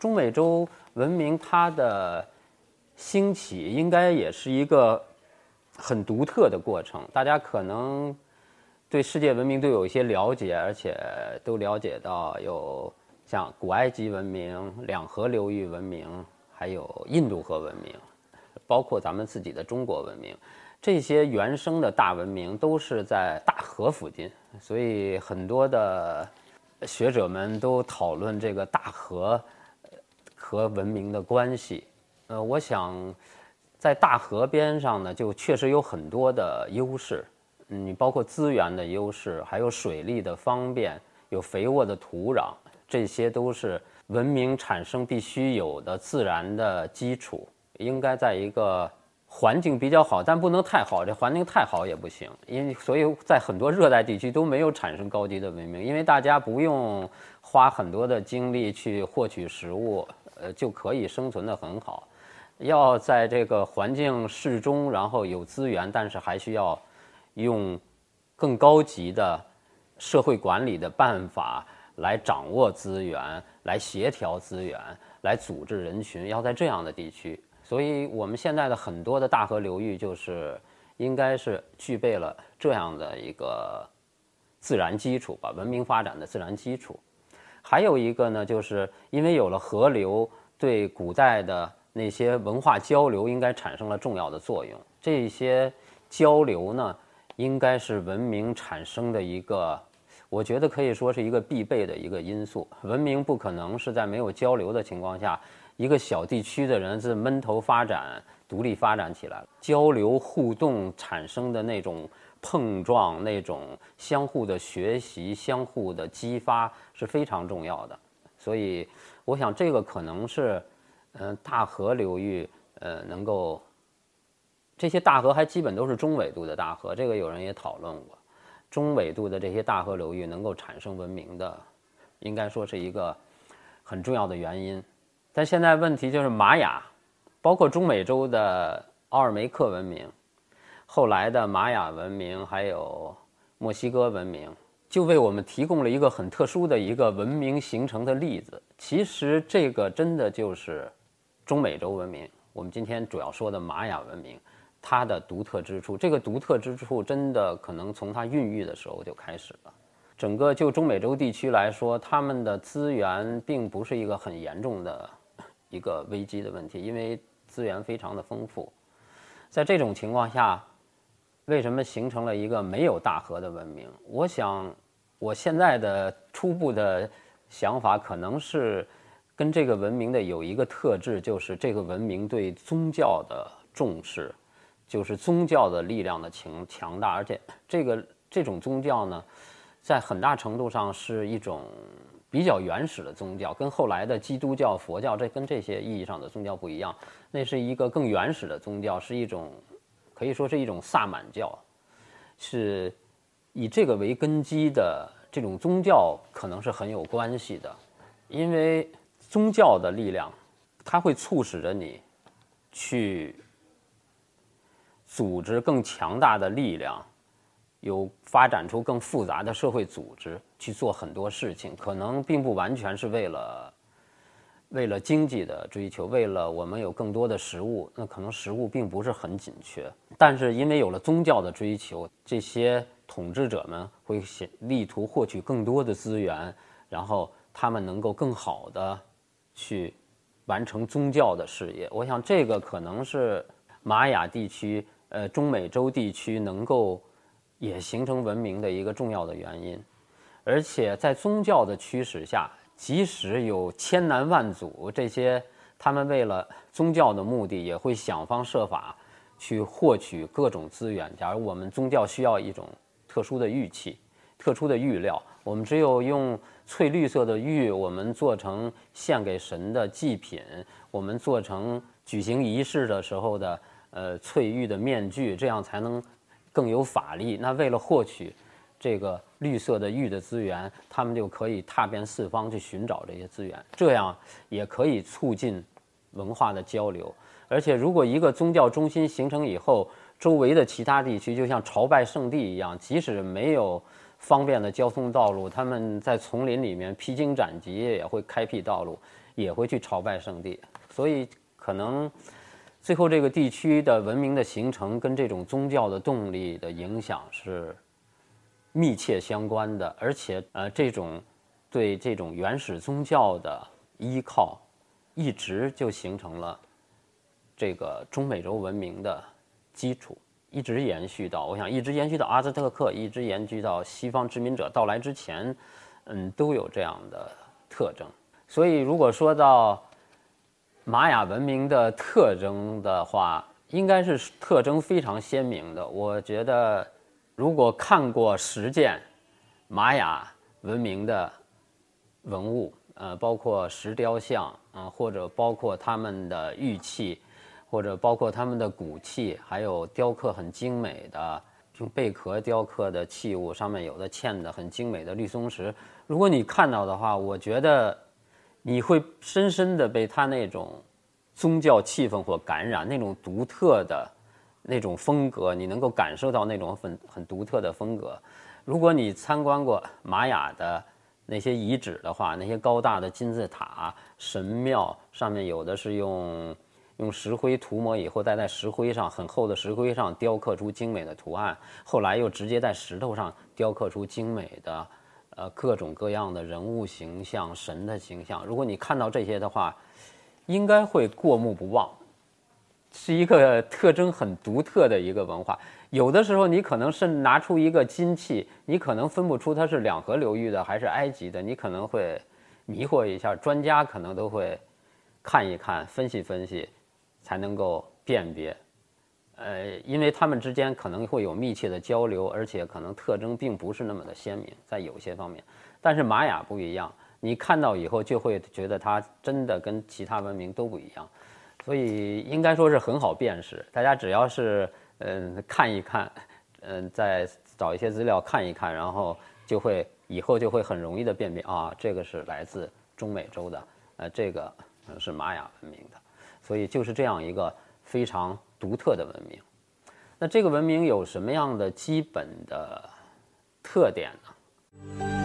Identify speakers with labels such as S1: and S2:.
S1: 中美洲文明它的兴起应该也是一个很独特的过程。大家可能对世界文明都有一些了解，而且都了解到有像古埃及文明、两河流域文明，还有印度河文明，包括咱们自己的中国文明。这些原生的大文明都是在大河附近，所以很多的学者们都讨论这个大河和文明的关系。我想在大河边上呢，就确实有很多的优势，你包括资源的优势，还有水利的方便，有肥沃的土壤，这些都是文明产生必须有的自然的基础。应该在一个环境比较好，但不能太好，这环境太好也不行，所以在很多热带地区都没有产生高级的文明，因为大家不用花很多的精力去获取食物，就可以生存得很好。要在这个环境适中，然后有资源，但是还需要用更高级的社会管理的办法来掌握资源，来协调资源，来组织人群，要在这样的地区。所以我们现在的很多的大河流域就是应该是具备了这样的一个自然基础吧，文明发展的自然基础。还有一个呢，就是因为有了河流，对古代的那些文化交流应该产生了重要的作用。这些交流呢，应该是文明产生的一个，我觉得可以说是一个必备的一个因素。文明不可能是在没有交流的情况下，一个小地区的人是闷头发展、独立发展起来了。交流互动产生的那种碰撞、那种相互的学习、相互的激发是非常重要的。所以，我想这个可能是，大河流域，能够，这些大河还基本都是中纬度的大河，这个有人也讨论过。中纬度的这些大河流域能够产生文明的，应该说是一个很重要的原因。但现在问题就是玛雅，包括中美洲的奥尔梅克文明，后来的玛雅文明，还有墨西哥文明，就为我们提供了一个很特殊的一个文明形成的例子。其实这个真的就是中美洲文明，我们今天主要说的玛雅文明，它的独特之处。这个独特之处真的可能从它孕育的时候就开始了。整个就中美洲地区来说，他们的资源并不是一个很严重的一个危机的问题，因为资源非常的丰富。在这种情况下，为什么形成了一个没有大河的文明？我想我现在的初步的想法可能是跟这个文明的有一个特质，就是这个文明对宗教的重视，就是宗教的力量的强大，而且这种宗教呢，在很大程度上是一种比较原始的宗教，跟后来的基督教、佛教跟这些意义上的宗教不一样。那是一个更原始的宗教，是一种可以说是一种萨满教，是以这个为根基的这种宗教可能是很有关系的。因为宗教的力量，它会促使着你去组织更强大的力量，有发展出更复杂的社会组织，去做很多事情，可能并不完全是为了经济的追求，为了我们有更多的食物，那可能食物并不是很紧缺，但是因为有了宗教的追求，这些统治者们会力图获取更多的资源，然后他们能够更好的去完成宗教的事业。我想这个可能是玛雅地区、中美洲地区能够也形成文明的一个重要的原因。而且在宗教的驱使下，即使有千难万阻，这些他们为了宗教的目的也会想方设法去获取各种资源。假如我们宗教需要一种特殊的玉器、特殊的玉料，我们只有用翠绿色的玉，我们做成献给神的祭品，我们做成举行仪式的时候的翠玉的面具，这样才能更有法力。那为了获取这个绿色的玉的资源，他们就可以踏遍四方去寻找这些资源，这样也可以促进文化的交流。而且如果一个宗教中心形成以后，周围的其他地区就像朝拜圣地一样，即使没有方便的交通道路，他们在丛林里面披荆斩棘，也会开辟道路，也会去朝拜圣地。所以可能最后这个地区的文明的形成跟这种宗教的动力的影响是密切相关的，而且这种对这种原始宗教的依靠，一直就形成了这个中美洲文明的基础，一直延续到，我想一直延续到阿兹特克，一直延续到西方殖民者到来之前，都有这样的特征。所以如果说到玛雅文明的特征的话，应该是特征非常鲜明的。我觉得如果看过10件玛雅文明的文物，包括石雕像，或者包括他们的玉器，或者包括他们的骨器，还有雕刻很精美的用贝壳雕刻的器物，上面有的嵌的很精美的绿松石。如果你看到的话，我觉得你会深深的被他那种宗教气氛所感染，那种独特的那种风格，你能够感受到那种很独特的风格。如果你参观过玛雅的那些遗址的话，那些高大的金字塔、神庙上面有的是用石灰涂抹以后，再在石灰上很厚的石灰上雕刻出精美的图案，后来又直接在石头上雕刻出精美的各种各样的人物形象、神的形象。如果你看到这些的话，应该会过目不忘，是一个特征很独特的一个文化。有的时候你可能甚至拿出一个金器，你可能分不出它是两河流域的还是埃及的，你可能会迷惑一下，专家可能都会看一看、分析分析，才能够辨别。因为他们之间可能会有密切的交流，而且可能特征并不是那么的鲜明，在有些方面。但是玛雅不一样，你看到以后就会觉得它真的跟其他文明都不一样，所以应该说是很好辨识。大家只要是看一看，再找一些资料看一看，然后以后就会很容易的辨别啊，这个是来自中美洲的，这个是玛雅文明的，所以就是这样一个非常独特的文明。那这个文明有什么样的基本的特点呢？